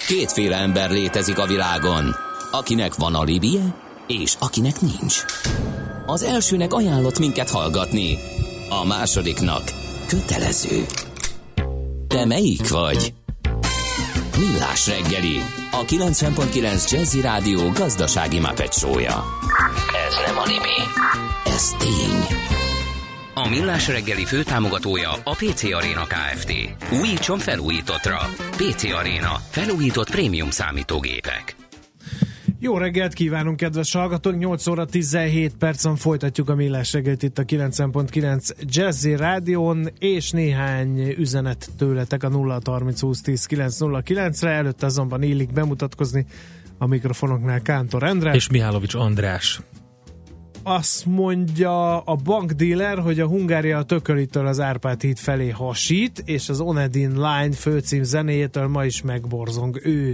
Kétféle ember létezik a világon, akinek van alibije, és akinek nincs. Az elsőnek ajánlott minket hallgatni, a másodiknak kötelező. Te melyik vagy? Millás reggeli, a 90.9 Jazzy Rádió gazdasági Muppet show-ja. Ez nem alibi, ez tény. A Millás reggeli főtámogatója a PC Arena Kft. Újítson felújítottra. PC Arena. Felújított prémium számítógépek. Jó reggelt kívánunk, kedves hallgatók! 8 óra 17 percen folytatjuk a Millás reggelt itt a 90.9 Jazzy Rádión, és néhány üzenet tőletek a 030 20 10 909-re. Előtte azonban illik bemutatkozni a mikrofonoknál Kántor Endre és Mihálovics András. Azt mondja a bankdíler, hogy a Hungária a Tökölitől az Árpád híd felé hasít, és az Onedin Line főcím zenéjétől ma is megborzong ő.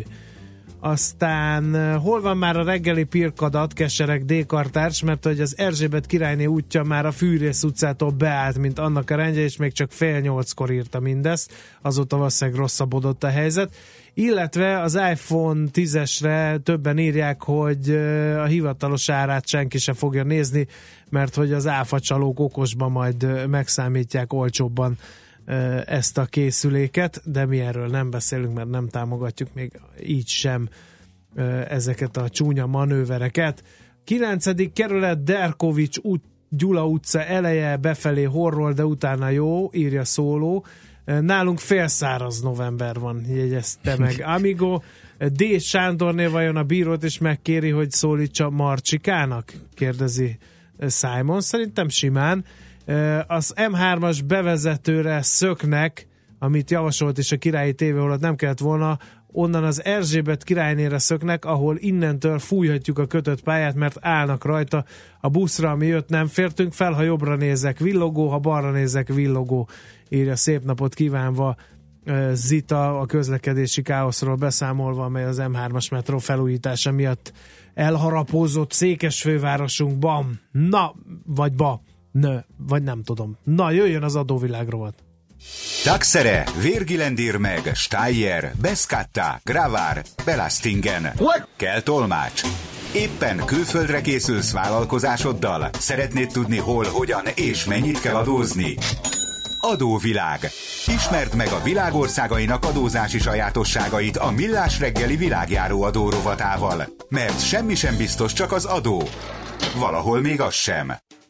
Aztán hol van már a reggeli pirkadat, kesereg D-kartárs, mert hogy az Erzsébet királyné útja már a Fűrész utcától beállt, mint annak a rendje, és még csak 7:30-kor írta mindezt, azóta valószínűleg rosszabbodott a helyzet. Illetve az iPhone 10-esre többen írják, hogy a hivatalos árát senki sem fogja nézni, mert hogy az áfacsalók okosban majd megszámítják olcsóbban ezt a készüléket, de mi erről nem beszélünk, mert nem támogatjuk még így sem ezeket a csúnya manővereket. 9. kerület, Derkovics Gyula utca eleje, befelé horror, de utána jó, írja Szóló. Nálunk félszáraz november van, jegyezte meg Amigo. D. Sándorné vajon a bírót is megkéri, hogy szólítsa Marcsikának? Kérdezi Simon. Szerintem simán. Az M3-as bevezetőre szöknek, amit javasolt is a Királyi TV, ahol nem kellett volna, onnan az Erzsébet királynéra szöknek, ahol innentől fújhatjuk a kötött pályát, mert állnak rajta. A buszra, ami jött, nem fértünk fel, ha jobbra nézek, villogó, ha balra nézek, villogó, írja szép napot kívánva Zita, a közlekedési káoszról beszámolva, amely az M3-as metró felújítása miatt elharapózott Székesfővárosunkban. Na, vagy vagy nem tudom. Na, jöjjön az adóvilág rovat. Taxere, Virgilendir meg, Steyer, Beskatta, Gravár, Belastingen. Kell tolmács. Éppen külföldre készülsz vállalkozásoddal? Szeretnéd tudni hol, hogyan és mennyit kell adózni? Adóvilág. Ismerd meg a világországainak adózási sajátosságait a Millás reggeli világjáró adó rovatával. Mert semmi sem biztos, csak az adó. Valahol még az sem.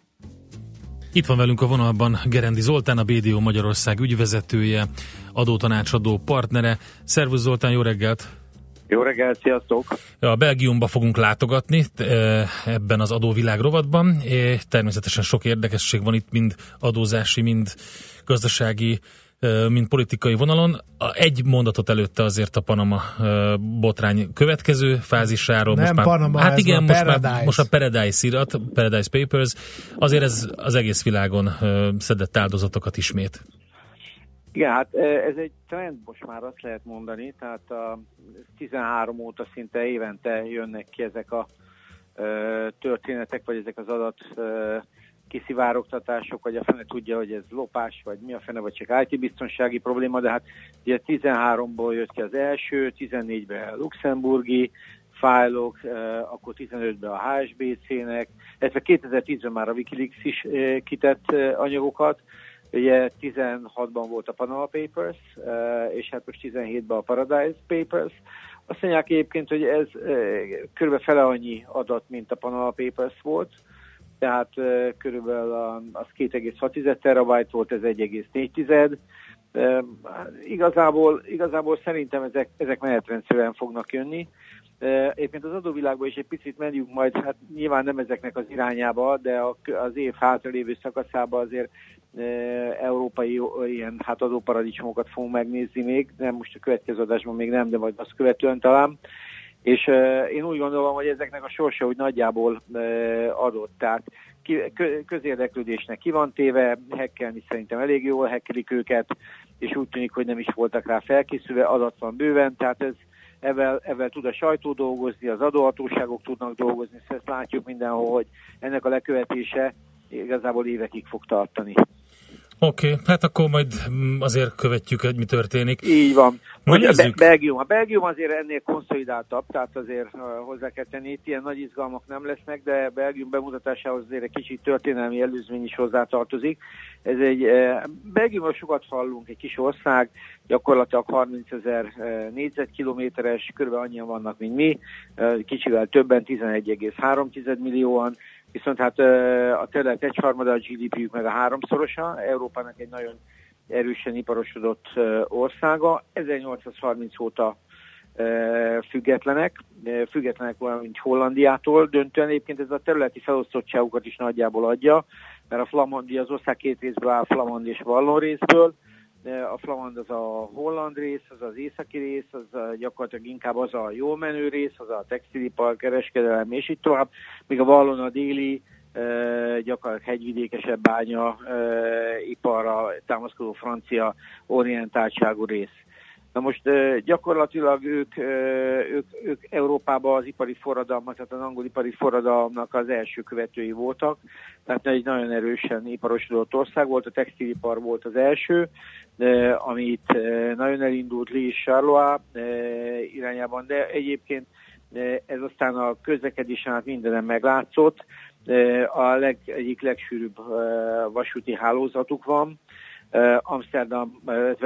Itt van velünk a vonalban Gerendi Zoltán, a BDO Magyarország ügyvezetője, adótanácsadó partnere. Szervusz Zoltán, jó reggelt! Jó reggelt, sziasztok! A Belgiumba fogunk látogatni ebben az adóvilág rovatban. Természetesen sok érdekesség van itt, mind adózási, mind gazdasági, mind politikai vonalon. Egy mondatot előtte azért a Panama botrány következő fázisáról. Nem most már, Panama, hát igen, most a Paradise Papers, azért ez az egész világon szedett áldozatokat ismét. Igen, hát ez egy trend, most már azt lehet mondani, tehát a 13 óta szinte évente jönnek ki ezek a történetek, vagy ezek az adat kiszivárogtatások, vagy a fene tudja, hogy ez lopás, vagy mi a fene, vagy csak IT-biztonsági probléma, de hát ugye 13-ból jött ki az első, 14-ben luxemburgi fájlok, akkor 15-ben a HSBC-nek, illetve 2010-ben már a Wikileaks is kitett anyagokat, ugye 16-ban volt a Panama Papers, és hát most 17-ben a Paradise Papers. Azt mondják egyébként, hogy ez kb. Fele annyi adat, mint a Panama Papers volt, tehát körülbelül az 2,6 terabyte volt, ez 1,4. Igazából szerintem ezek menetrendszerűen fognak jönni. Egyébként az adóvilágban is egy picit menjünk majd, hát nyilván nem ezeknek az irányába, de az év hátralévő szakaszában azért európai ilyen adóparadicsomokat fogunk megnézni még, nem most a következő adásban még nem, de majd azt követően talán. És én úgy gondolom, hogy ezeknek a sorsa úgy nagyjából adott, tehát közérdeklődésnek ki van téve, hackelni szerintem elég jól hackelik őket, és úgy tűnik, hogy nem is voltak rá felkészülve, adat van bőven, tehát ezzel tud a sajtó dolgozni, az adóhatóságok tudnak dolgozni, szóval ezt látjuk mindenhol, hogy ennek a lekövetése igazából évekig fog tartani. Oké, hát akkor majd azért követjük, hogy mi történik. Így van. Belgium. A Belgium azért ennél konszolidáltabb, tehát azért hozzá kell tenni, itt ilyen nagy izgalmak nem lesznek, de Belgium bemutatásához azért egy kicsit történelmi előzmény is hozzátartozik. Ez Belgiumról sokat hallunk, egy kis ország, gyakorlatilag 30 000 négyzetkilométeres, körülbelül annyian vannak, mint mi, kicsivel többen, 11,3 millióan, viszont hát a terület egyharmada, a GDP-jük meg a háromszorosa, Európának egy nagyon erősen iparosodott országa, 1830 óta függetlenek olyan, mint Hollandiától döntően. Egyébként ez a területi felosztottságukat is nagyjából adja, mert a Flamandi az ország két részből áll, Flamand és Wallon részből. A Flamand az a holland rész, az az északi rész, az gyakorlatilag inkább az a jól menő rész, az a textilipar, kereskedelem és így tovább, míg a Wallon a déli, gyakorlatilag hegyvidékesebb bánya iparra támaszkodó francia orientáltságú rész. Na most gyakorlatilag ők Európában az ipari forradalmat, tehát az angol ipari forradalomnak az első követői voltak, tehát egy nagyon erősen iparosodott ország volt, a textilipar volt az első, amit nagyon elindult Lille és Charleroi irányában, de egyébként ez aztán a közlekedésen át mindenen meglátszott, egyik legsűrűbb vasúti hálózatuk van, Amsterdam,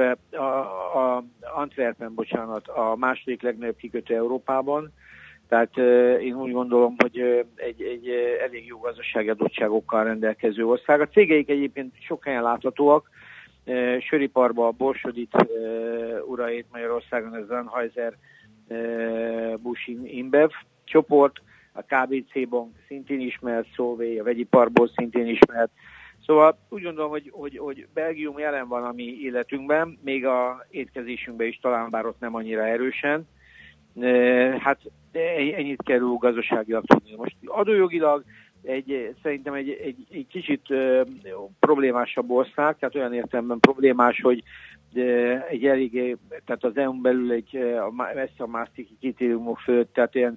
Antwerpen, a második legnagyobb kikötő Európában, tehát én úgy gondolom, hogy egy elég jó gazdasági adottságokkal rendelkező ország. A cégeik egyébként sok helyen láthatóak, söriparban a Borsodit uralét Magyarországon, ez Sennheiser Busch InBev csoport, a KBC Bank szintén ismert, Solvay, a vegyiparból szintén ismert. Szóval úgy gondolom, hogy Belgium jelen van a mi életünkben, még a étkezésünkben is talán, bár ott nem annyira erősen. Hát ennyit kell gazdaságilag tudni. Most adójogilag szerintem egy kicsit problémásabb ország, tehát olyan értelemben problémás, hogy egy eléggé, tehát az EU-n belül messze a Maastrichti kritériumok fölött, tehát ilyen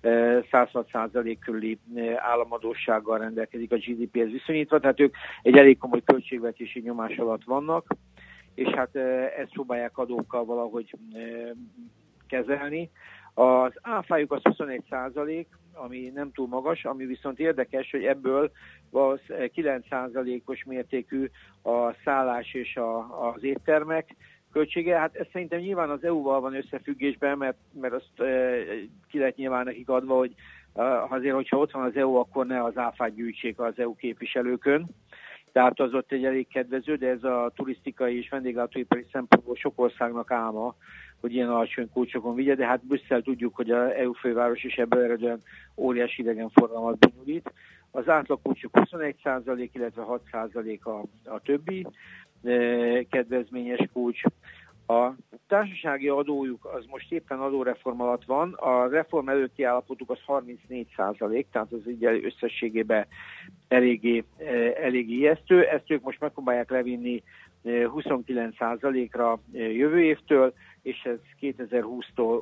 106% körüli államadóssággal rendelkezik a GDP-hez viszonyítva, tehát ők egy elég komoly költségvetési nyomás alatt vannak, és hát ezt próbálják adókkal valahogy kezelni. Az áfájuk az 21%, ami nem túl magas, ami viszont érdekes, hogy ebből 9%-os mértékű a szállás és az éttermek költsége. Hát ez szerintem nyilván az EU-val van összefüggésben, mert azt ki lehet nyilván nekik adva, hogy azért, hogyha ott van az EU, akkor ne az áfát gyűjtsék az EU képviselőkön. Tehát az ott egy elég kedvező, de ez a turisztikai és vendéglátóipari szempontból sok országnak álma, hogy ilyen alacsony kulcsokon vigye, de hát Brüsszel tudjuk, hogy az EU főváros is ebből eredően óriási idegenforgalmat bonyolít. Az átlag kulcsok 21%, illetve 6% a többi kedvezményes kulcs. A társasági adójuk az most éppen adóreform alatt van, a reform előtti állapotuk az 34%, tehát az így összességében eléggé ijesztő. Ezt ők most megpróbálják levinni 29%-ra jövő évtől, és ez 2020-tól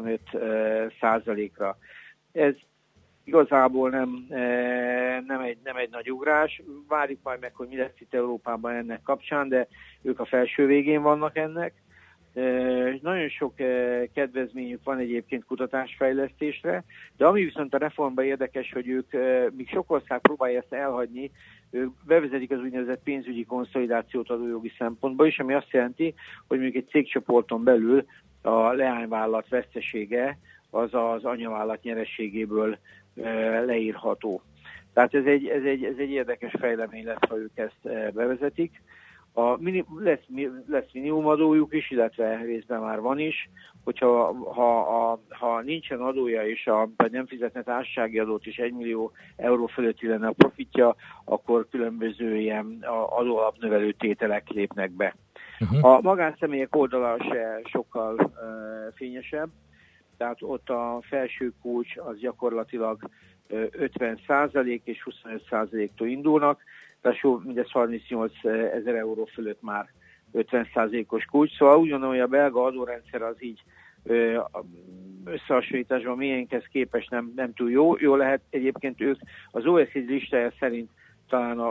25%-ra. Ez igazából nem egy nagy ugrás. Várjuk majd meg, hogy mi lesz itt Európában ennek kapcsán, de ők a felső végén vannak ennek. Nagyon sok kedvezményük van egyébként kutatásfejlesztésre, de ami viszont a reformban érdekes, hogy ők, míg sok ország próbálja ezt elhagyni, ők bevezetik az úgynevezett pénzügyi konszolidációt adójogi szempontból is, ami azt jelenti, hogy mondjuk egy cégcsoporton belül a leányvállalat vesztesége az az anyavállalat nyerességéből leírható. Tehát ez egy érdekes fejlemény lesz, ha ők ezt bevezetik. Lesz minimumadójuk is, illetve részben már van is, hogyha ha nincsen adója és vagy nem fizetne társasági adót és 1 millió euró fölötti lenne a profitja, akkor különböző ilyen adóalapnövelő tételek lépnek be. A magánszemélyek oldala se sokkal fényesebb, tehát ott a felső kulcs az gyakorlatilag 50% és 25%-tól indulnak, tehát mindez 38 000 euró fölött már 50%-os kulcs. Szóval úgy gondolom, hogy a belga adórendszer az így összehasonlításban miénkhez képest nem túl jó. Jó lehet egyébként ők az OECD listája szerint talán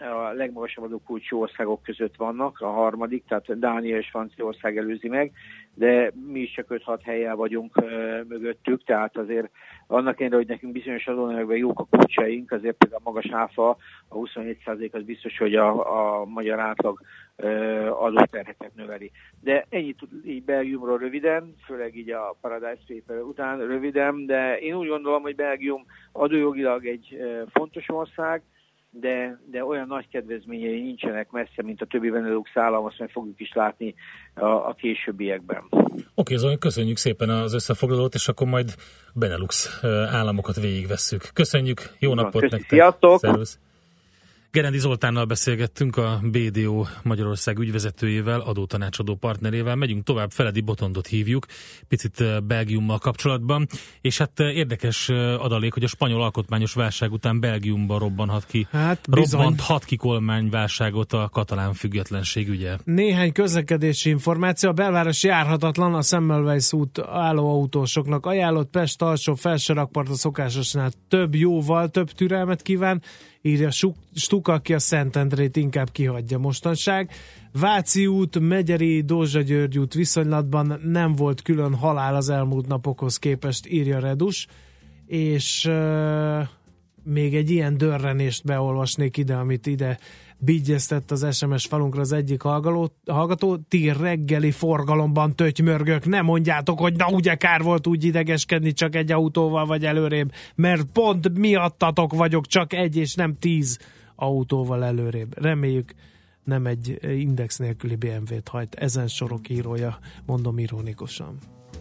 a legmagasabb adókulcsú országok között vannak, a harmadik, tehát Dánia és Franciaország előzi meg, de mi is csak 5-6 helyen vagyunk mögöttük, tehát azért annak ellenére, hogy nekünk bizonyos adónemekben jók a kulcsaink, azért például a magas áfa, a 27% az biztos, hogy a magyar átlag adóterheket növeli. De ennyit így Belgiumról röviden, főleg így a Paradise Paper után röviden, de én úgy gondolom, hogy Belgium adójogilag egy fontos ország, de olyan nagy kedvezményei nincsenek messze, mint a többi Benelux állam, azt majd fogjuk is látni a későbbiekben. Oké, Zoli, köszönjük szépen az összefoglalót, és akkor majd Benelux államokat végigvesszük. Köszönjük, jó napot nektek! Sziasztok! Szervusz! Gerendi Zoltánnal beszélgettünk, a BDO Magyarország ügyvezetőjével, adótanácsadó partnerével. Megyünk tovább, Feledi Botondot hívjuk, picit Belgiummal kapcsolatban, és hát érdekes adalék, hogy a spanyol alkotmányos válság után Belgiumban robbanhat ki kormányválságot a katalán függetlenség ügye. Néhány közlekedési információ: a belváros járhatatlan, a Semmelweis út állóautósoknak ajánlott, Pest alsó felső rakpart a szokásosnál jóval több türelmet kíván, írja Stuka, aki a Szentendrét inkább kihagyja mostanság. Váci út, Megyeri, Dózsa-György út viszonylatban nem volt külön halál az elmúlt napokhoz képest, írja Redus, és még egy ilyen dörrenést beolvasnék ide, amit ide bigyeztett az SMS falunkra az egyik hallgató. Ti reggeli forgalomban tötymörgök, ne mondjátok, hogy na ugye kár volt úgy idegeskedni csak egy autóval vagy előrébb, mert pont miattatok vagyok csak egy és nem 10 autóval előrébb. Reméljük nem egy index nélküli BMW-t hajt. Ezen sorok írója, mondom ironikusan.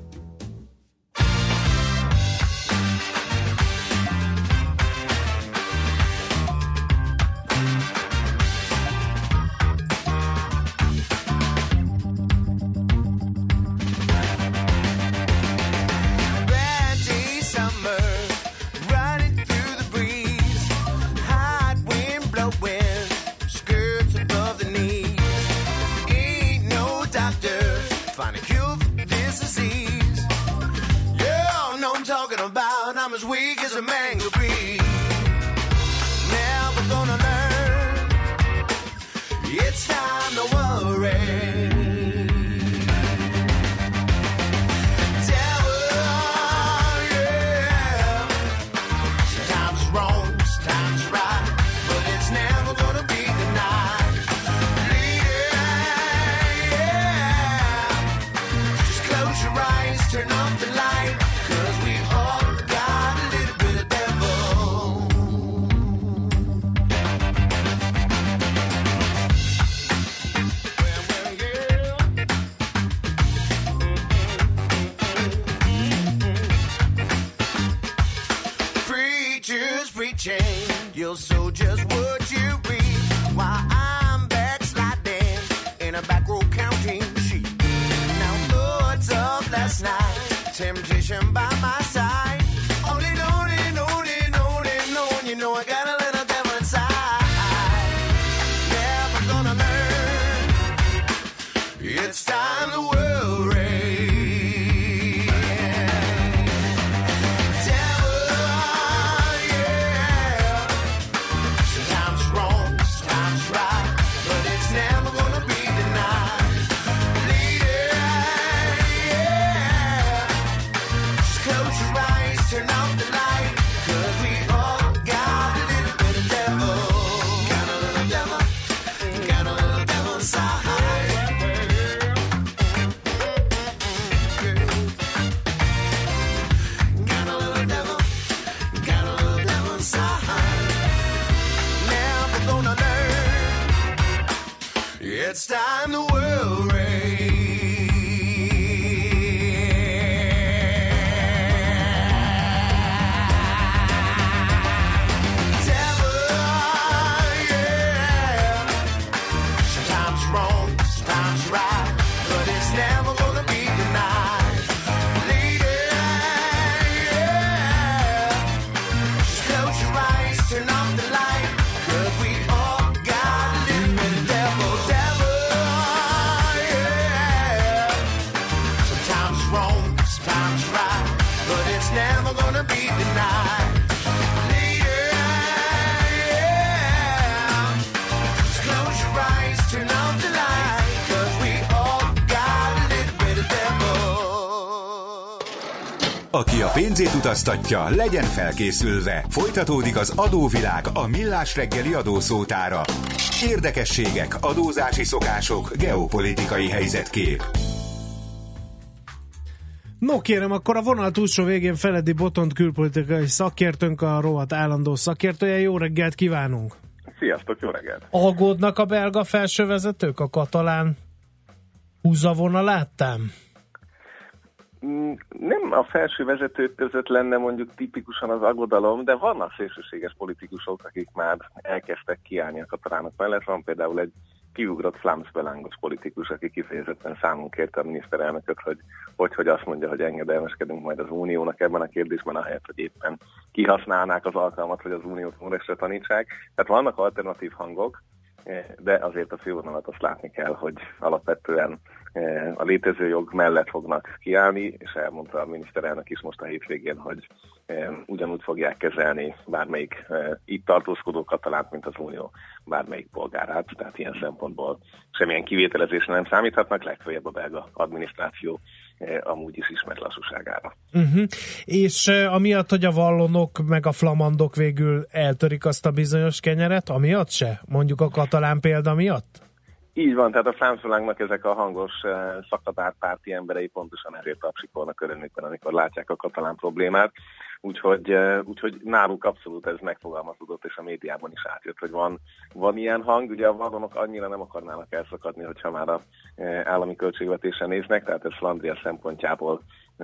I'm as weak as a man could be. Never gonna learn. It's time to worry. Devil, yeah. Sometimes it's wrong, sometimes it's right, but it's never gonna be denied. Yeah. Just close your eyes, turn off the light, 'cause we all you'll sow just what you reap, while I'm backsliding in a back row counting sheep. Now thoughts of last night, temptation by my side, only knowing, you know I got a little devil inside. Never gonna learn. It's time to worry. It's time to worry. Devil, yeah. Sometimes wrong, sometimes right, but it's never gonna be denied. Lady, yeah. Just close your eyes, turn off the light, 'cause we all got a little bit of devil. Never gonna be denied. Later, yeah. Aki a pénzét utaztatja, legyen felkészülve. Folytatódik az adóvilág, a millás reggeli adószótára. Érdekességek, adózási szokások, geopolitikai helyzetkép. No kérem, akkor a vonal túlsó végén Feledi Botond külpolitikai szakértőnk, a rovat állandó szakértője. Jó reggelt kívánunk! Sziasztok, jó reggelt! Aggódnak a belga felsővezetők a katalán húzavonalátán? Nem a felső vezetők között lenne mondjuk tipikusan az aggodalom, de vannak szélsőséges politikusok, akik már elkezdtek kiállni a katalánok mellett. Van például egy kiugrott flámszbelángos politikus, aki kifejezetten számon kérte a miniszterelnököt, hogy azt mondja, hogy engedelmeskedünk majd az uniónak ebben a kérdésben, ahelyett, hogy éppen kihasználnák az alkalmat, hogy az uniót Móresre tanítsák. Tehát vannak alternatív hangok, de azért a fővonalat azt látni kell, hogy alapvetően a létező jog mellett fognak kiállni, és elmondta a miniszterelnök is most a hétvégén, hogy ugyanúgy fogják kezelni bármelyik itt tartózkodó katalánt, mint az unió bármelyik polgárát, tehát ilyen szempontból semmilyen kivételezésre nem számíthatnak, legfeljebb a belga adminisztráció amúgy is ismert lassúságára. És amiatt, hogy a vallonok meg a flamandok végül eltörik azt a bizonyos kenyeret, amiatt se? Mondjuk a katalán példa miatt? Így van, tehát a flámszbelángnak ezek a hangos szakadárpárti emberei pontosan ezért tapsikolnak örömükben, amikor látják a katalán problémát. Úgyhogy náluk abszolút ez megfogalmazódott, és a médiában is átjött, hogy van ilyen hang. Ugye a vallonok annyira nem akarnának elszakadni, hogyha már a állami költségvetésen néznek, tehát ez Flandria szempontjából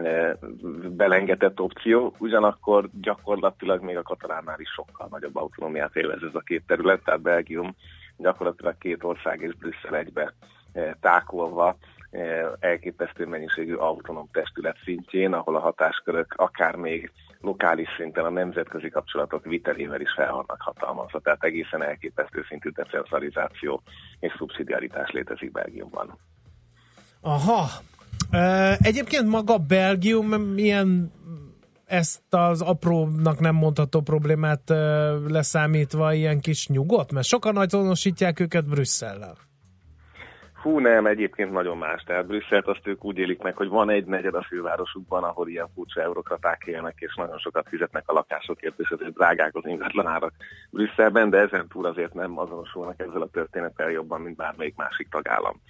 belengetett opció. Ugyanakkor gyakorlatilag még a katalánnál is sokkal nagyobb autonómiát élvez ez a két terület, tehát Belgium gyakorlatilag két ország és Brüsszel egybe tákolva elképesztő mennyiségű autonóm testület szintjén, ahol a hatáskörök akár még lokális szinten a nemzetközi kapcsolatok vitelével is fel vannak hatalmazva. Tehát egészen elképesztő szintű decentralizáció és szubszidiaritás létezik Belgiumban. Aha. Egyébként maga Belgium milyen, ezt az aprónak nem mondható problémát leszámítva ilyen kis nyugodt? Mert sokan azonosítják őket Brüsszellel. Hú, nem, egyébként nagyon más. Tehát Brüsszelt azt ők úgy élik meg, hogy van egy negyed a fővárosukban, ahol ilyen furcsa eurokraták élnek, és nagyon sokat fizetnek a lakásokért, és ezért drágák az ingatlanárak Brüsszelben, de ezen túl azért nem azonosulnak ezzel a történettel jobban, mint bármelyik másik tagállam.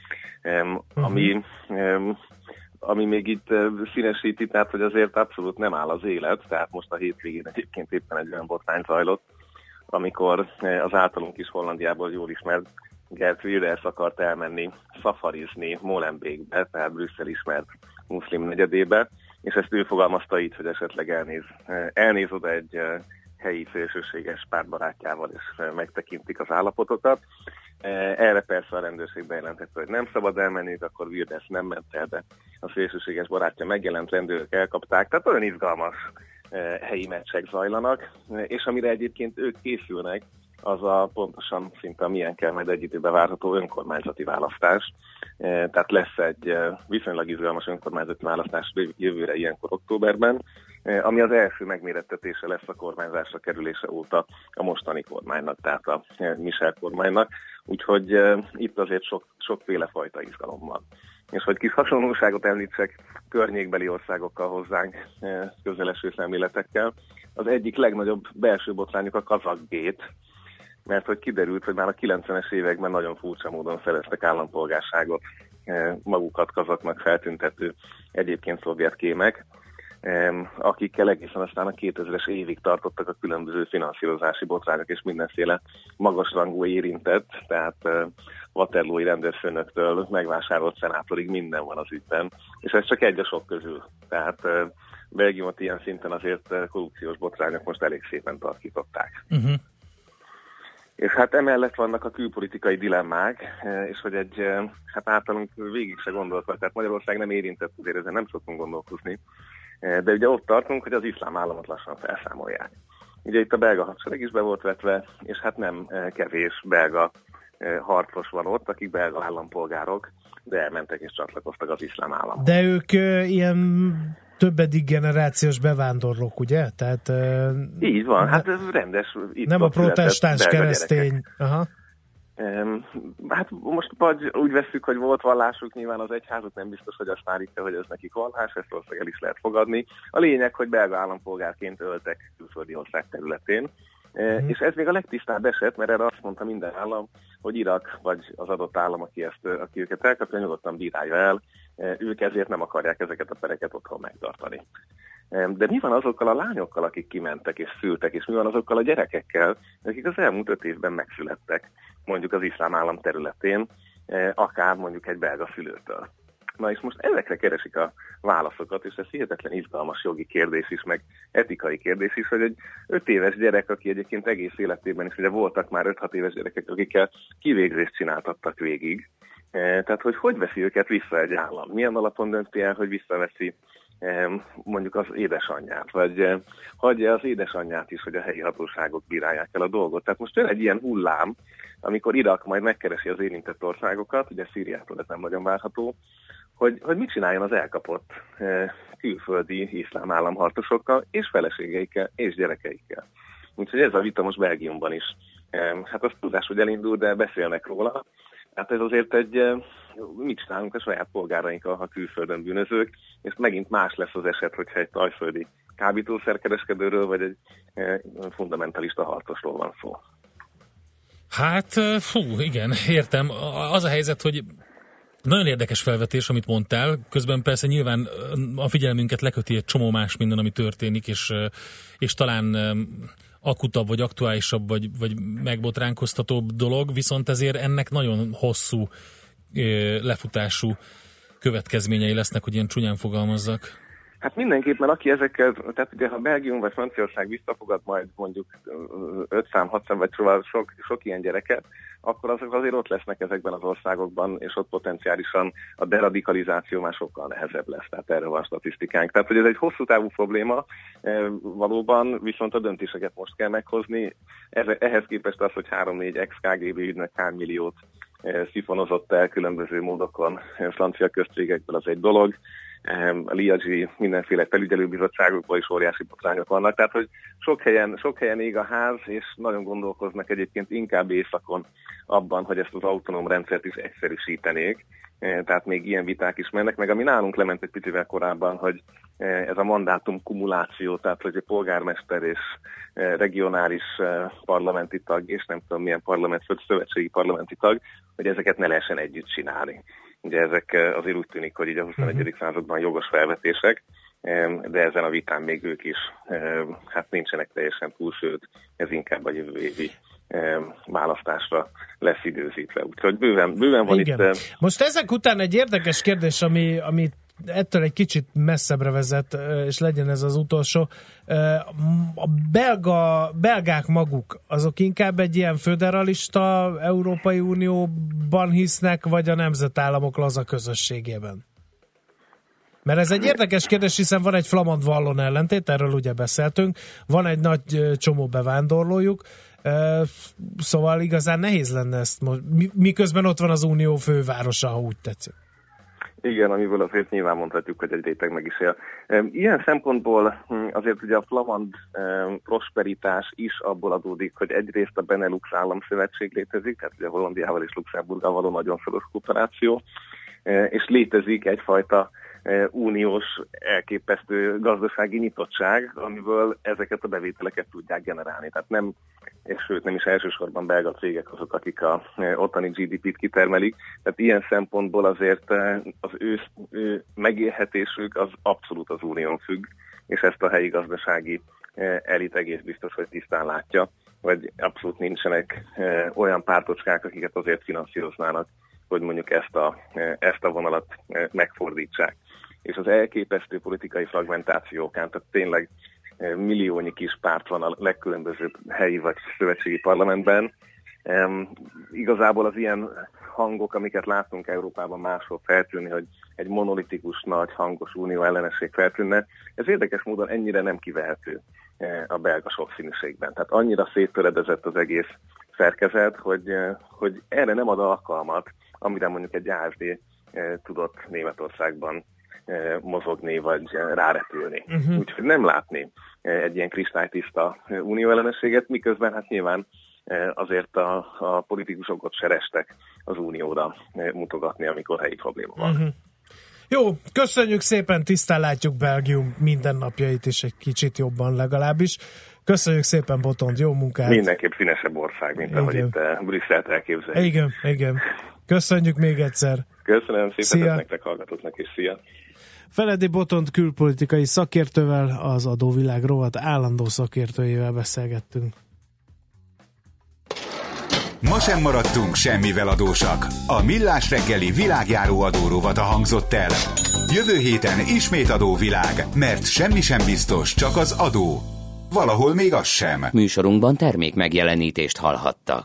Ami még itt színesíti, tehát hogy azért abszolút nem áll az élet, tehát most a hétvégén egyébként éppen egy olyan botrány zajlott, amikor az általunk is Hollandiából jól ismert Geert Wilders akart elmenni szafarizni Molenbeekbe, tehát Brüsszel ismert muszlim negyedébe, és ezt ő fogalmazta így, hogy esetleg elnéz oda egy helyi szélsőséges pártbarátjával, és megtekintik az állapotokat. Erre persze a rendőrség bejelentette, hogy nem szabad elmenniük, akkor Wilders nem ment el, de a szélsőséges barátja megjelent, rendőrök elkapták, tehát olyan izgalmas helyi meccsek zajlanak, és amire egyébként ők készülnek, az a pontosan szinte milyen kell majd egy időben várható önkormányzati választás. Tehát lesz egy viszonylag izgalmas önkormányzati választás jövőre ilyenkor októberben, ami az első megmérettetése lesz a kormányzásra kerülése óta a mostani kormánynak, tehát a Michel kormánynak. Úgyhogy itt azért sokféle fajta izgalom van. És hogy kis hasonlóságot említsek környékbeli országokkal hozzánk közeleső szemléletekkel, az egyik legnagyobb belső botrányuk a kazakgét, mert hogy kiderült, hogy már a 90-es években nagyon furcsa módon szereztek állampolgárságot magukat kazaknak feltüntető egyébként szovjet kémek, akikkel egészen aztán a 2000-es évig tartottak a különböző finanszírozási botrányok és mindenféle magasrangú érintett, tehát waterlooi rendőrfőnöktől megvásárolt szenátorig minden van az ügyben, és ez csak egy a sok közül. Tehát Belgiumot ilyen szinten azért korrupciós botrányok most elég szépen tarkították. És hát emellett vannak a külpolitikai dilemmák, és hogy hát általunk végig se gondolva, tehát Magyarország nem érintett, azért ezen nem szoktunk gondolkozni, de ugye ott tartunk, hogy az iszlám államot lassan felszámolják. Ugye itt a belga hadsereg is be volt vetve, és hát nem kevés belga harcos van ott, akik belga állampolgárok, de elmentek és csatlakoztak az iszlám államhoz. De ők ilyen többedik generációs bevándorlók, ugye? Tehát, így van, hát ez rendes. Nem a protestáns keresztény. Aha. Hát most vagy úgy vesszük, hogy volt vallásuk, nyilván az egyházat nem biztos, hogy azt állítja, hogy ez nekik vallás, ezt valószínűleg el is lehet fogadni. A lényeg, hogy belga állampolgárként öltek külföldi ország területén. És ez még a legtisztább eset, mert erre azt mondta minden állam, hogy Irak vagy az adott állam, aki őket elkapja, nyugodtan bírálja el, ők ezért nem akarják ezeket a pereket otthon megtartani. De mi van azokkal a lányokkal, akik kimentek és szültek, és mi van azokkal a gyerekekkel, akik az elmúlt 5 évben megszülettek, mondjuk az iszlám állam területén, akár mondjuk egy belga szülőtől. Na és most ezekre keresik a válaszokat, és ez hihetetlen izgalmas jogi kérdés is, meg etikai kérdés is, hogy egy 5 éves gyerek, aki egyébként egész életében is, ugye voltak már 5-6 éves gyerekek, akikkel kivégzést csináltattak végig. Tehát, hogy veszi őket vissza egy állam? Milyen alapon dönti el, hogy visszaveszi mondjuk az édesanyját, vagy hagyja az édesanyját is, hogy a helyi hatóságok bírálják el a dolgot. Tehát most jön egy ilyen hullám, amikor Irak majd megkeresi az érintett országokat, ugye Szíriától ez nem nagyon várható, hogy mit csináljon az elkapott külföldi iszlám államharcosokkal, és feleségeikkel, és gyerekeikkel. Úgyhogy ez a vita most Belgiumban is. Hát az tudás, hogy elindul, de beszélnek róla. Hát ez azért mit csinálunk a saját polgárainkkal, ha külföldön bűnözők, és megint más lesz az eset, hogyha egy tajföldi kábítószerkereskedőről, vagy egy fundamentalista harcosról van szó. Hát, igen, értem. Az a helyzet, hogy nagyon érdekes felvetés, amit mondtál, közben persze nyilván a figyelmünket leköti egy csomó más minden, ami történik, és talán akutabb, vagy aktuálisabb, vagy megbotránkoztatóbb dolog, viszont ezért ennek nagyon hosszú lefutású következményei lesznek, hogy ilyen csúnyán fogalmazzak. Hát mindenképpen, aki ezekkel, tehát ugye ha Belgium vagy Franciaország visszafogad majd mondjuk 5-6 vagy sok ilyen gyereket, akkor azok azért ott lesznek ezekben az országokban, és ott potenciálisan a deradikalizáció már sokkal nehezebb lesz, tehát erre van statisztikánk. Tehát, hogy ez egy hosszú távú probléma valóban, viszont a döntéseket most kell meghozni. Ehhez képest az, hogy 3-4 ex-KGB ügynök hány milliót szifonozott el különböző módokon francia közcégekből, az egy dolog. A Liadzsi mindenféle felügyelőbizottságokban is óriási botrányok vannak, tehát hogy sok helyen ég a ház, és nagyon gondolkoznak egyébként inkább északon abban, hogy ezt az autonóm rendszert is egyszerűsítenék, tehát még ilyen viták is mennek, meg ami nálunk lement egy picivel korábban, hogy ez a mandátum kumuláció, tehát hogy a polgármester és regionális parlamenti tag, és nem tudom milyen szövetségi parlamenti tag, hogy ezeket ne lehessen együtt csinálni. Ugye ezek azért úgy tűnik, hogy így a 21. században jogos felvetések, de ezen a vitán még ők is hát nincsenek teljesen túl, sőt, ez inkább a jövő évi választásra lesz időzítve. Úgyhogy bőven van. Igen. Itt... Most ezek után egy érdekes kérdés, ami ettől egy kicsit messzebbre vezet, és legyen ez az utolsó. A belgák maguk, azok inkább egy ilyen föderalista Európai Unióban hisznek, vagy a nemzetállamok laza közösségében? Mert ez egy érdekes kérdés, hiszen van egy flamand-vallon ellentét, erről ugye beszéltünk, van egy nagy csomó bevándorlójuk, szóval igazán nehéz lenne ezt most, miközben ott van az Unió fővárosa, ha úgy tetszik. Igen, amiből azért nyilván mondhatjuk, hogy egy réteg meg is él. Ilyen szempontból azért ugye a flamand prosperitás is abból adódik, hogy egyrészt a Benelux államszövetség létezik, tehát ugye Hollandiával és Luxemburggal való nagyon szoros kooperáció, és létezik egyfajta uniós elképesztő gazdasági nyitottság, amiből ezeket a bevételeket tudják generálni. Tehát nem, és sőt nem is elsősorban belga cégek azok, akik a ottani GDP-t kitermelik. Tehát ilyen szempontból azért az ő megélhetésük az abszolút az unión függ, és ezt a helyi gazdasági elit egész biztos, hogy tisztán látja, vagy abszolút nincsenek olyan pártocskák, akiket azért finanszíroznának, hogy mondjuk ezt a vonalat megfordítsák. És az elképesztő politikai fragmentációkán, tehát tényleg milliónyi kis párt van a legkülönbözőbb helyi vagy szövetségi parlamentben. Igazából az ilyen hangok, amiket látunk Európában máshol feltűnni, hogy egy monolitikus, nagy hangos unió ellenesség feltűnne, ez érdekes módon ennyire nem kivehető a belga sokszínűségben. Tehát annyira széttöredezett az egész szerkezet, hogy erre nem ad alkalmat, amire mondjuk egy AfD tudott Németországban mozogni, vagy rárepülni. Úgyhogy nem látni egy ilyen kristálytiszta unióellenességet, miközben hát nyilván azért a politikusok se restek az unióra mutogatni, amikor helyi probléma van. Uh-huh. Jó, köszönjük szépen, tisztán látjuk Belgium mindennapjait is egy kicsit jobban legalábbis. Köszönjük szépen, Botond, jó munkát! Mindenképp színesebb ország, mint ahogy itt Brüsszelt elképzeljük. Igen. Köszönjük még egyszer! Köszönöm szépen nektek, hallgatóknak, és szia! Feledi Botond külpolitikai szakértővel, az Adóvilág rovat állandó szakértőjével beszélgettünk. Ma sem maradtunk semmivel adósak. A Millás reggeli világjáró adórovata hangzott el. Jövő héten ismét adóvilág, mert semmi sem biztos, csak az adó. Valahol még az sem. Műsorunkban termék megjelenítést hallhattak.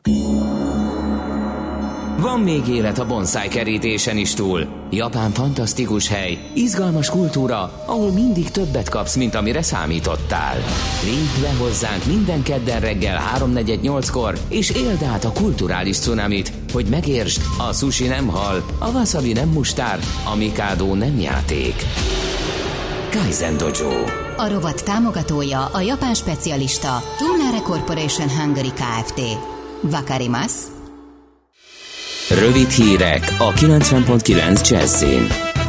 Van még élet a bonsai kerítésen is túl. Japán fantasztikus hely, izgalmas kultúra, ahol mindig többet kapsz, mint amire számítottál. Lépj be hozzánk minden kedden reggel 3:48-kor, és éld át a kulturális cunamit, hogy megértsd, a sushi nem hal, a wasabi nem mustár, a mikádó nem játék. Kaizen Dojo. A rovat támogatója a japán specialista Tumnare Corporation Hungary Kft. Wakarimasu. Rövid hírek a 90.9 Jazzin.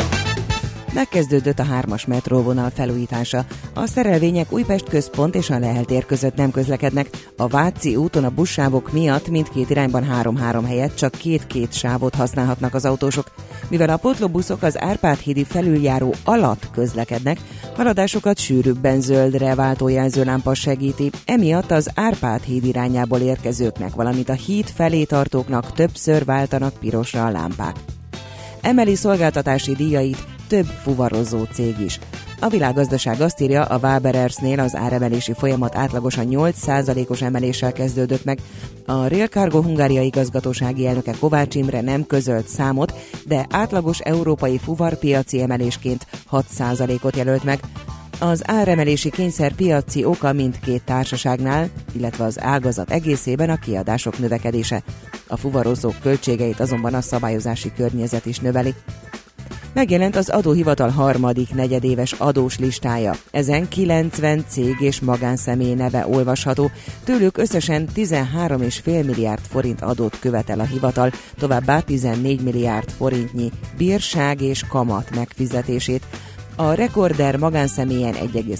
Megkezdődött a 3-as metróvonal felújítása. A szerelvények Újpest központ és a Lehel tér között nem közlekednek. A Váci úton a buszsávok miatt mindkét irányban 3-3 helyett csak 2-2 sávot használhatnak az autósok. Mivel a pótlóbuszok az Árpád-hídi felüljáró alatt közlekednek, haladásokat sűrűbben zöldre váltó jelzőlámpa segíti, emiatt az Árpád-híd irányából érkezőknek, valamint a híd felé tartóknak többször váltanak pirosra a lámpák. Emeli szolgáltatási díjait több fuvarozó cég is. A Világgazdaság azt írja, a Waberers-nél az áremelési folyamat átlagosan 8%-os emeléssel kezdődött meg. A Rail Cargo Hungária igazgatósági elnöke Kovács Imre nem közölt számot, de átlagos európai fuvarpiaci emelésként 6%-ot jelölt meg. Az áremelési kényszer piaci oka mindkét társaságnál, illetve az ágazat egészében a kiadások növekedése. A fuvarozók költségeit azonban a szabályozási környezet is növeli. Megjelent az adóhivatal harmadik negyedéves adós listája. Ezen 90 cég és magánszemély neve olvasható. Tőlük összesen 13,5 milliárd forint adót követel a hivatal, továbbá 14 milliárd forintnyi bírság és kamat megfizetését. A rekorder magánszemélyen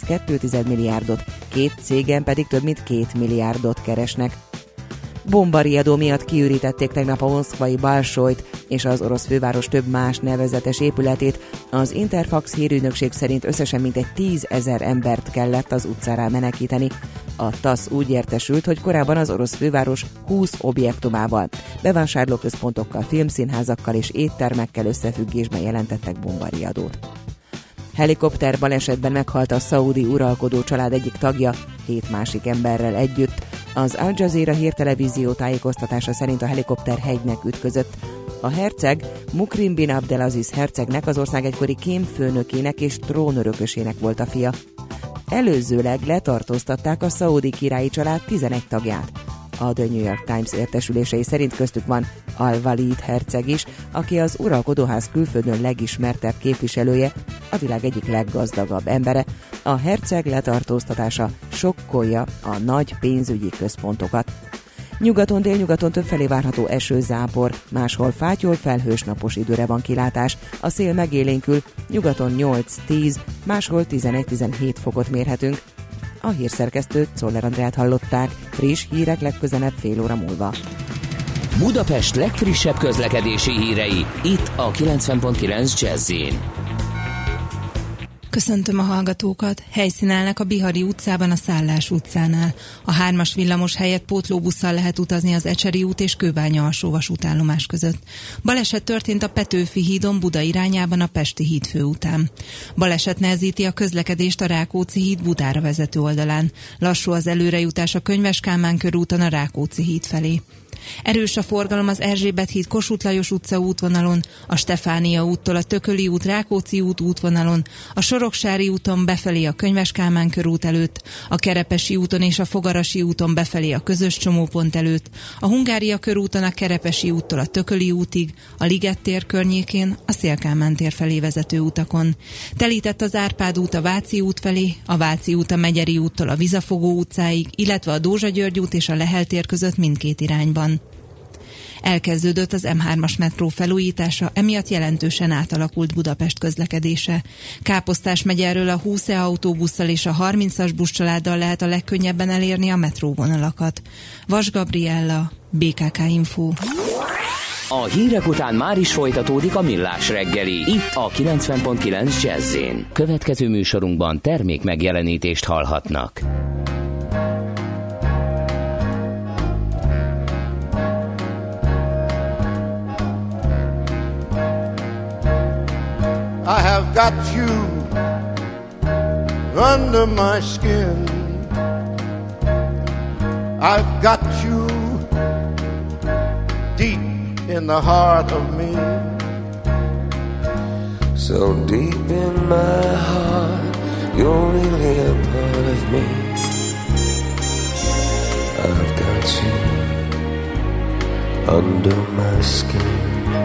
1,2 milliárdot, 2 cégen pedig több mint 2 milliárdot keresnek. Bombariadó miatt kiürítették tegnap a moszkvai Balsojt és az orosz főváros több más nevezetes épületét. Az Interfax hírügynökség szerint összesen mintegy 10 000 embert kellett az utcára menekíteni. A TASZ úgy értesült, hogy korábban az orosz főváros 20 objektumával, bevásárlóközpontokkal, filmszínházakkal és éttermekkel összefüggésben jelentettek bombariadót. Helikopter balesetben meghalt a szaúdi uralkodó család egyik tagja, 7 másik emberrel együtt. Az Al Jazeera hírtelevízió tájékoztatása szerint a helikopter hegynek ütközött. A herceg Mukrim bin Abdelaziz hercegnek, az ország egykori kémfőnökének és trónörökösének volt a fia. Előzőleg letartóztatták a szaúdi királyi család 11 tagját. A The New York Times értesülései szerint köztük van Al-Walid herceg is, aki az uralkodóház külföldön legismertebb képviselője, a világ egyik leggazdagabb embere. A herceg letartóztatása sokkolja a nagy pénzügyi központokat. Nyugaton, délnyugaton többfelé várható eső-zápor, máshol fátyol, felhős napos időre van kilátás. A szél megélénkül, nyugaton 8-10, máshol 11-17 fokot mérhetünk. A hírszerkesztőt, Czoller Andrát hallották. Friss hírek legközelebb fél óra múlva. Budapest legfrissebb közlekedési hírei, itt a 90.9 Jazz-in. Köszöntöm a hallgatókat! Helyszínelnek a Bihari utcában, a Szállás utcánál. A 3-as villamos helyett pótlóbusszal lehet utazni az Ecseri út és Kőbánya alsó vasútállomás között. Baleset történt a Petőfi hídon Buda irányában a Pesti híd főután. Baleset nehezíti a közlekedést a Rákóczi híd Budára vezető oldalán. Lassú az előrejutás a Könyves Kálmán körúton a Rákóczi híd felé. Erős a forgalom az Erzsébet híd Kossuth Lajos utca útvonalon, a Stefánia úttól a Tököli út Rákóczi út útvonalon, a Soroksári úton befelé a Könyves Kálmán körút előtt, a Kerepesi úton és a Fogarasi úton befelé a közös csomópont előtt, a Hungária körúton a Kerepesi úttól a Tököli útig, a Liget tér környékén, a Széll-Kálmán tér felé vezető utakon. Telített az Árpád út a Váci út felé, a Váci út a Megyeri úttól a Vizafogó utcáig, illetve a Dózsa-György út és a Lehel tér között mindkét irányban. Elkezdődött az M3-as metró felújítása, emiatt jelentősen átalakult Budapest közlekedése. Káposztás megyéről a 20E autóbusszal és a 30-as buszcsaláddal lehet a legkönnyebben elérni a metróvonalakat. Vas Gabriella, BKK Info. A hírek után már is folytatódik a Millás reggeli, itt a 90.9 Jazz-én. Következő műsorunkban termék megjelenítést hallhatnak. I have got you under my skin. I've got you deep in the heart of me. So deep in my heart, you're really a part of me. I've got you under my skin.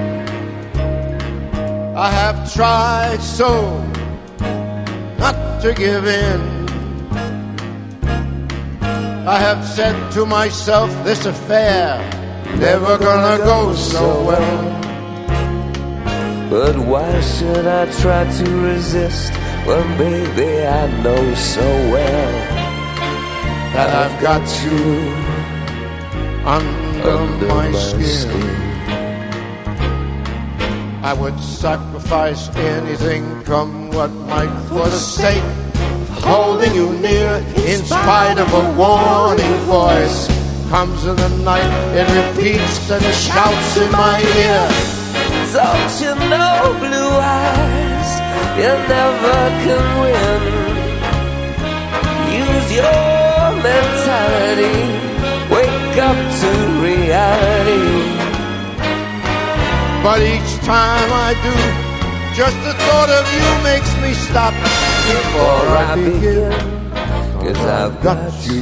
I have tried so not to give in. I have said to myself, this affair never gonna go so well. But why should I try to resist when, baby, I know so well that I've got you under my skin. I would sacrifice anything, come what might, for the sake of holding you near. In spite of a warning voice comes in the night, it repeats and shouts in my ear. Don't you know, blue eyes, you never can win. Use your mentality, wake up to reality. But each time I do, just the thought of you makes me stop before I begin. 'Cause I've got you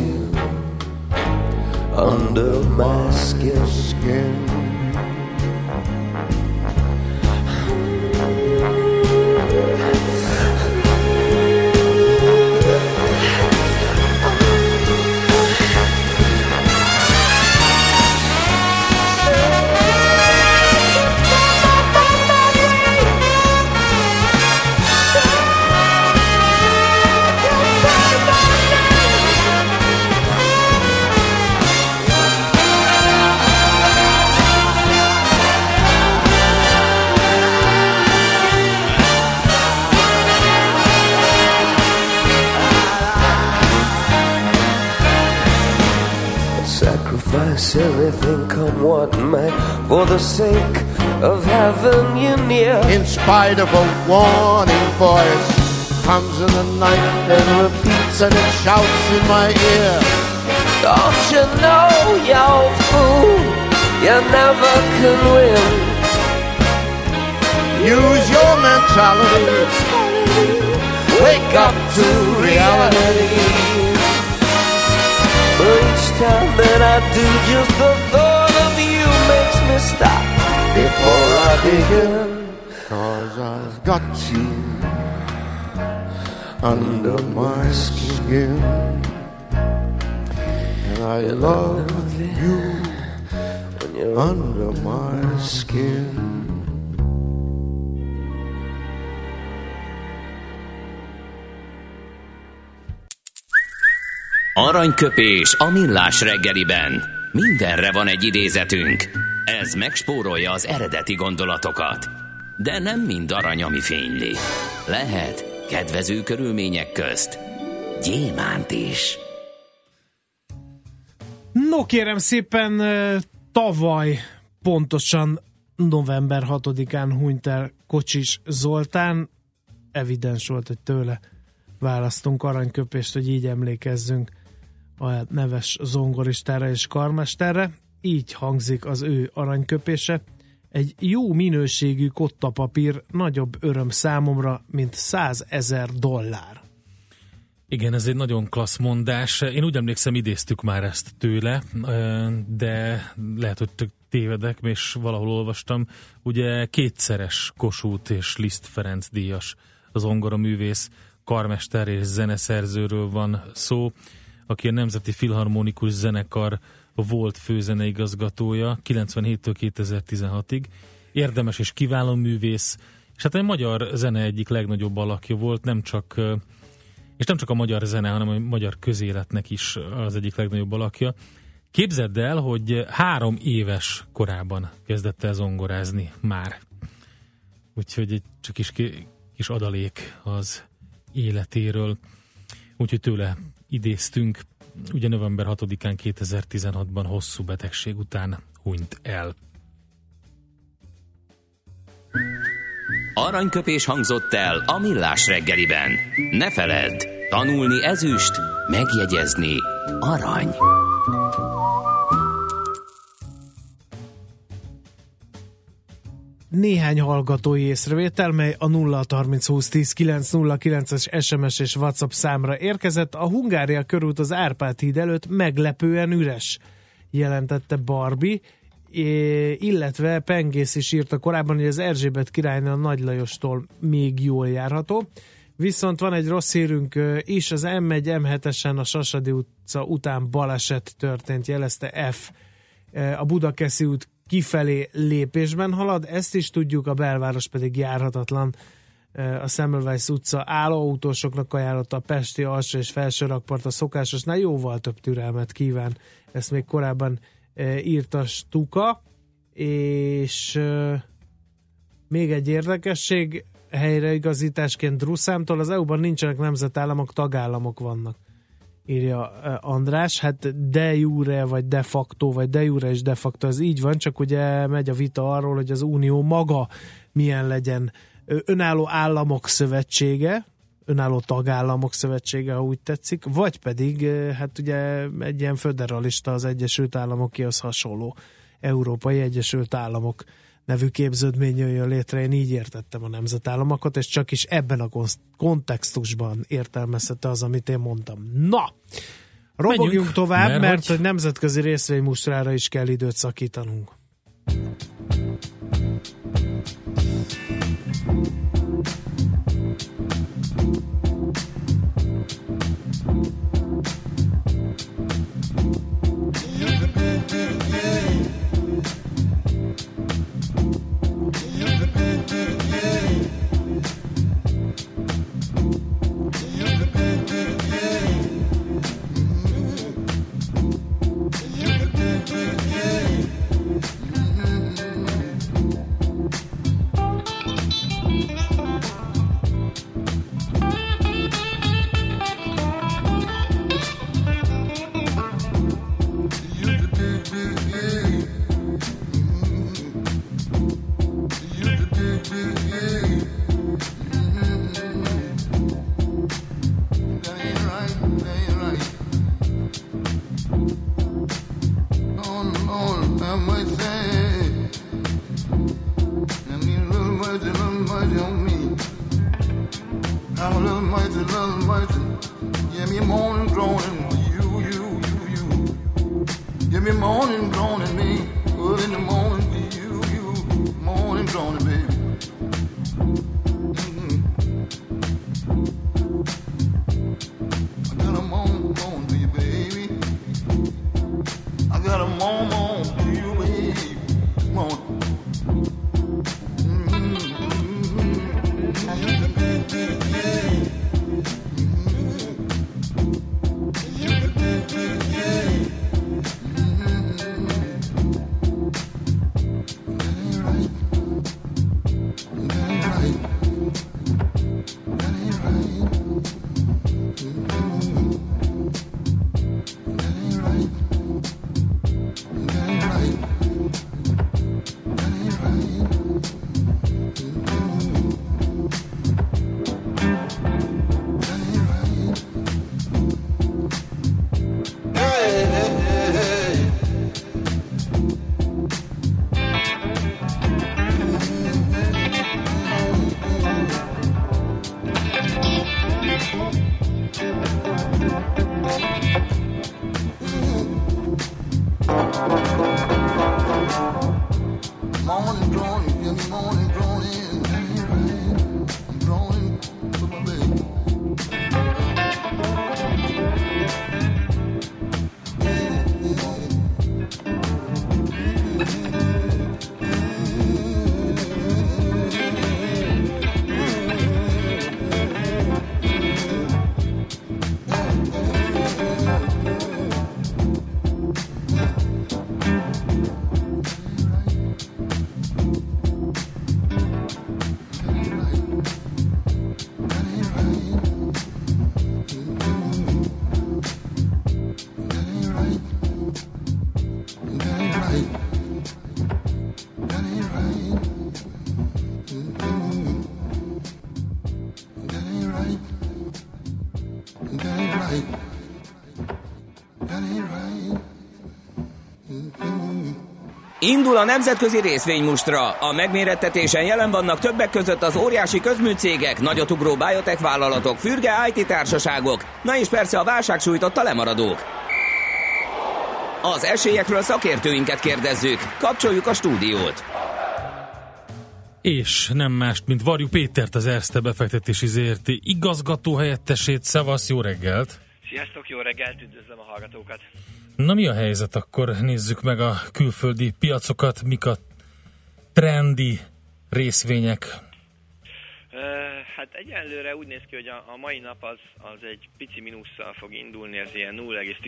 under my skin. Anything come what might, for the sake of having you near. In spite of a warning voice comes in the night and repeats and it shouts in my ear. Don't you know, you fool, you never can win. Use your mentality, wake up to reality. Each time that I do, just the thought of you makes me stop before I begin. 'Cause I've got you under my skin, and I love you when you're under my skin. Aranyköpés a Millás reggeliben. Mindenre van egy idézetünk. Ez megspórolja az eredeti gondolatokat. De nem mind arany, ami fényli. Lehet kedvező körülmények közt gyémánt is. No kérem szépen, tavaly pontosan november 6-án hunyt el Kocsis Zoltán. Evidens volt, hogy tőle választunk aranyköpést, hogy így emlékezzünk a neves zongoristára és karmesterre. így hangzik az ő aranyköpése. Egy jó minőségű kottapapír nagyobb öröm számomra, mint $100,000. Igen, ez egy nagyon klassz mondás. Én úgy emlékszem, idéztük már ezt tőle, de lehet, hogy tévedek, és valahol olvastam. Ugye kétszeres Kossuth és Liszt Ferenc díjas az zongoraművész, karmester és zeneszerzőről van szó, aki a Nemzeti Filharmonikus Zenekar volt főzeneigazgatója 97-től 2016-ig. Érdemes és kiváló művész, és hát a magyar zene egyik legnagyobb alakja volt, nem csak a magyar zene, hanem a magyar közéletnek is az egyik legnagyobb alakja. Képzeld el, hogy 3 éves korában kezdett el zongorázni már. Úgyhogy csak kis adalék az életéről. Úgyhogy tőle idéztünk. Ugye november 6-án 2016-ban hosszú betegség után hunyt el. Aranyköpés hangzott el a Millás reggeliben. Ne feledd, tanulni ezüst, megjegyezni arany. Néhány hallgatói észrevétel, mely a 0-30-20-10-9-09-es SMS és WhatsApp számra érkezett. A Hungária körút az Árpád híd előtt meglepően üres, jelentette Barbie, illetve Pengész is írta korábban, hogy az Erzsébet királynő a Nagy Lajostól még jól járható. Viszont van egy rossz hírünk is, az M1-M7-esen a Sasadi utca után baleset történt, jelezte F. A Budakeszi út kifelé lépésben halad, ezt is tudjuk, a belváros pedig járhatatlan. A Semmelweis utca állóautósoknak ajánlotta a pesti alsó és felső rakpart a szokásosnál jóval több türelmet kíván. Ezt még korábban írta Stuka, és még egy érdekesség, helyreigazításként Druszámtól, az EU-ban nincsenek nemzetállamok, tagállamok vannak, írja András. Hát de jure, vagy de facto, vagy de jure és de facto, ez így van, csak ugye megy a vita arról, hogy az Unió maga milyen legyen, önálló államok szövetsége, önálló tagállamok szövetsége, ha úgy tetszik, vagy pedig hát ugye egy ilyen föderalista, az Egyesült Államokéhoz hasonló Európai Egyesült Államok nevű képződmény jön létre. Én így értettem a nemzetállamokat, és csak is ebben a kontextusban értelmezhette az, amit én mondtam. Na! Robogjunk tovább, mert hogy nemzetközi részvénymustrára is kell időt szakítanunk. Morning drawing, give me morning drawing, drawing to my baby. Indul a nemzetközi részvénymustra. A megmérettetésen jelen vannak többek között az óriási közműcégek, nagyotugró biotech vállalatok, fürge IT társaságok, na és persze a válság sújtotta lemaradók. Az esélyekről szakértőinket kérdezzük. Kapcsoljuk a stúdiót. És nem mást, mint Varjú Pétert, az Erste befektetési ZRT igazgató helyettesét. Szevasz, jó reggelt! Sziasztok, jó reggelt, üdvözlöm a hallgatókat! Na mi a helyzet akkor? Nézzük meg a külföldi piacokat, mik a trendi részvények. Hát egyenlőre úgy néz ki, hogy a mai nap az egy pici mínusszal fog indulni, ez ilyen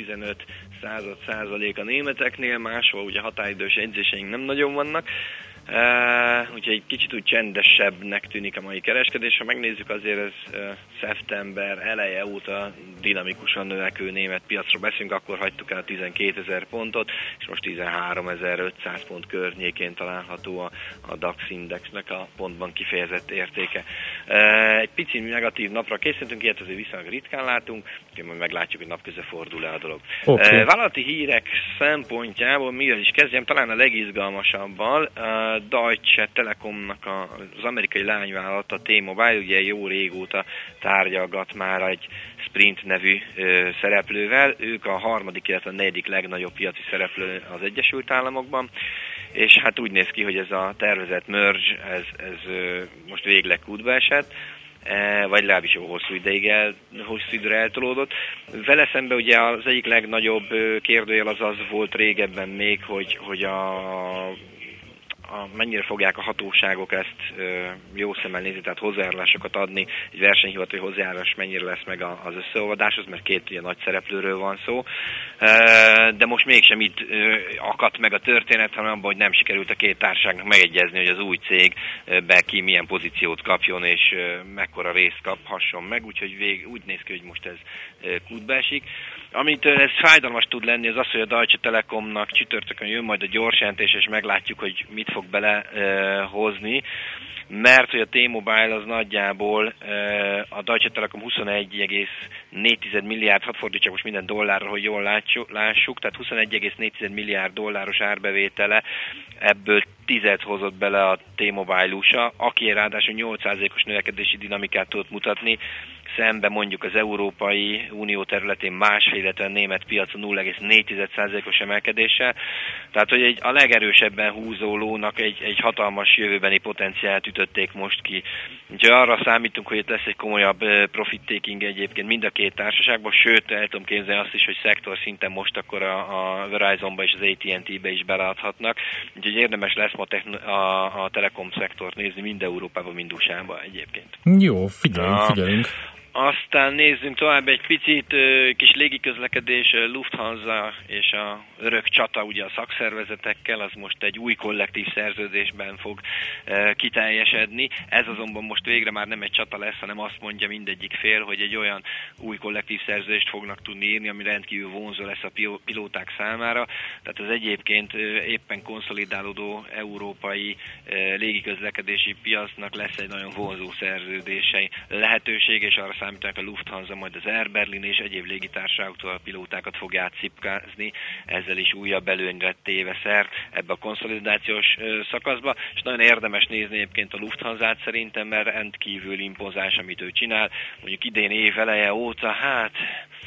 0,15% a németeknél, máshol ugye határidős edzéseink nem nagyon vannak. Úgyhogy egy kicsit úgy csendesebbnek tűnik a mai kereskedés. Ha megnézzük, azért ez szeptember eleje óta dinamikusan növekvő német piacról beszélünk, akkor hagytuk el a 12.000 pontot, és most 13.500 pont környékén található a DAX indexnek a pontban kifejezett értéke. Egy pici negatív napra készítünk, ilyet azért viszonylag ritkán látunk, majd meglátjuk, hogy napközben fordul-e a dolog. Okay. Vállalati hírek szempontjából mivel is kezdjem, talán a legizgalmasabbal. Deutsche Telekomnak az amerikai lányvállalat, a T-Mobile, ugye jó régóta tárgyalgat már egy Sprint nevű szereplővel. Ők a harmadik, illetve a negyedik legnagyobb piaci szereplő az Egyesült Államokban, és hát úgy néz ki, hogy ez a tervezett merge, ez most végleg kútba esett, vagy legalábbis hosszú időre eltolódott. Vele szemben ugye az egyik legnagyobb kérdőjel az volt régebben még, hogy mennyire fogják a hatóságok ezt jó szemmel nézni, tehát hozzájárulásokat adni, egy versenyhivatói hozzájárulás mennyire lesz meg az összeolvadáshoz, mert két ugye nagy szereplőről van szó. De most mégsem itt akadt meg a történet, hanem abban, hogy nem sikerült a két társaságnak megegyezni, hogy az új cégbe ki milyen pozíciót kapjon, és mekkora részt kaphasson meg, úgyhogy úgy néz ki, hogy most ez kútba esik. Amit ez fájdalmas tud lenni, az az, hogy a Deutsche Telekomnak csütörtökön jön majd a gyors jelentés, és meglátjuk, hogy mit fog belehozni, mert hogy a T-Mobile az nagyjából a Deutsche Telekom 21,4 milliárd, hadd fordítsak most minden dollárra, hogy jól lássuk, tehát 21,4 milliárd dolláros árbevétele, ebből 10 hozott bele a T-Mobile USA, aki ráadásul 8%-os növekedési dinamikát tudott mutatni, szemben mondjuk az Európai Unió területén másfél, illetve a német piacon 0,4%-os emelkedéssel. Tehát, hogy a legerősebben húzó lónak egy hatalmas jövőbeni potenciált ütötték most ki. Úgyhogy arra számítunk, hogy itt lesz egy komolyabb profit taking egyébként mind a két társaságban, sőt, el tudom képzelni azt is, hogy szektor szinten most akkor a Verizonba és az AT&T-be is beleadhatnak. Úgyhogy érdemes lesz a telekom szektort nézni mind Európában, mind USA-ban egyébként. Jó, figyelünk. Aztán nézzünk tovább egy picit, kis légiközlekedés, Lufthansa és a örök csata ugye a szakszervezetekkel, az most egy új kollektív szerződésben fog kiteljesedni. Ez azonban most végre már nem egy csata lesz, hanem azt mondja mindegyik fél, hogy egy olyan új kollektív szerződést fognak tudni írni, ami rendkívül vonzó lesz a pilóták számára. Tehát az egyébként éppen konszolidálódó európai légiközlekedési piacnak lesz egy nagyon vonzó szerződései lehetőség, és arra számítanak a Lufthansa, majd az Air Berlin és egyéb légitársaságoktól a pilótákat fogja átszipkázni, ezzel is újabb előnyre téve szert ebbe a konszolidációs szakaszba, és nagyon érdemes nézni egyébként a Lufthansa-t szerintem, mert rendkívül impozáns, amit ő csinál. Mondjuk idén év eleje óta,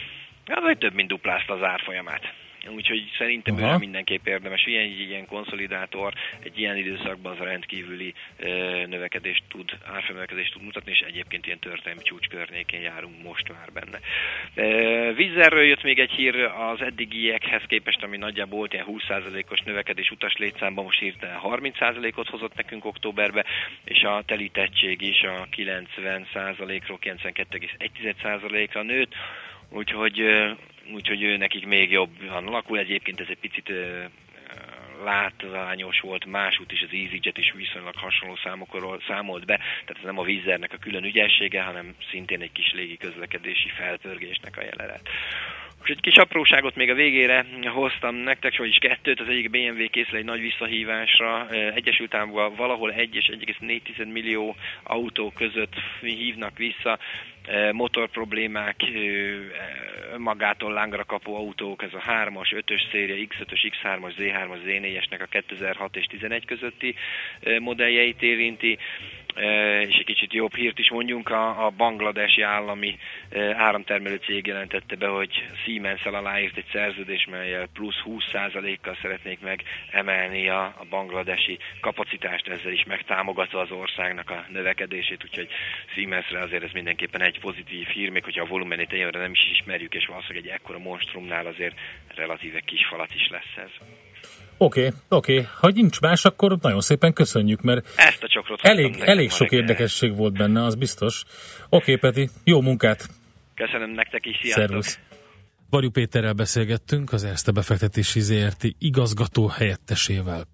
Az több mint duplázta az árfolyamát. Úgyhogy szerintem őre mindenképp érdemes. Ilyen konszolidátor egy ilyen időszakban az rendkívüli árfolyamnövekedést tud mutatni, és egyébként ilyen történelmi csúcs környékén járunk most már benne. Vízerről jött még egy hír az eddigiekhez képest, ami nagyjából volt ilyen 20%-os növekedés utas létszámban, most hirtelen 30%-ot hozott nekünk októberbe, és a telítettség is a 90%-ról 92,1%-ra nőtt, úgyhogy nekik még jobban alakul. Egyébként ez egy picit látványos volt másút is, az EasyJet is viszonylag hasonló számokról számolt be, tehát ez nem a Wizzernek a külön ügyessége, hanem szintén egy kis légi közlekedési felpörgésnek a jelenet. És egy kis apróságot még a végére hoztam nektek, vagyis kettőt. Az egyik BMW készül egy nagy visszahívásra. Egyesült Államokban valahol 1 és 1,4 millió autó között hívnak vissza motorproblémák, magától lángra kapó autók, ez a 3-as, 5-ös széria, X5-ös, X3-as, Z3-as, Z4-esnek a 2006 és 11 közötti modelljeit érinti. És egy kicsit jobb hírt is mondjunk, a bangladesi állami áramtermelő cég jelentette be, hogy Siemens-el aláírt egy szerződés, mellyel plusz 20%-kal szeretnék megemelni a bangladesi kapacitást, ezzel is megtámogatva az országnak a növekedését, úgyhogy Siemensre azért ez mindenképpen egy pozitív hír, még hogyha a volumenét egyenre nem is ismerjük, és valószínűleg egy ekkora monstrumnál azért relatíve kis falat is lesz ez. Oké. Ha nincs más, akkor nagyon szépen köszönjük, mert ezt a csokrot elég sok érdekesség volt benne, az biztos. Oké, Peti, jó munkát! Köszönöm nektek is, sziasztok! Szervusz! Varjú Péterrel beszélgettünk, az Erste Befektetési ZRT igazgató helyettesével.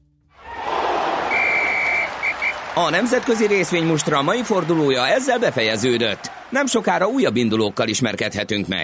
A nemzetközi részvénymustra mai fordulója ezzel befejeződött. Nem sokára újabb indulókkal ismerkedhetünk meg.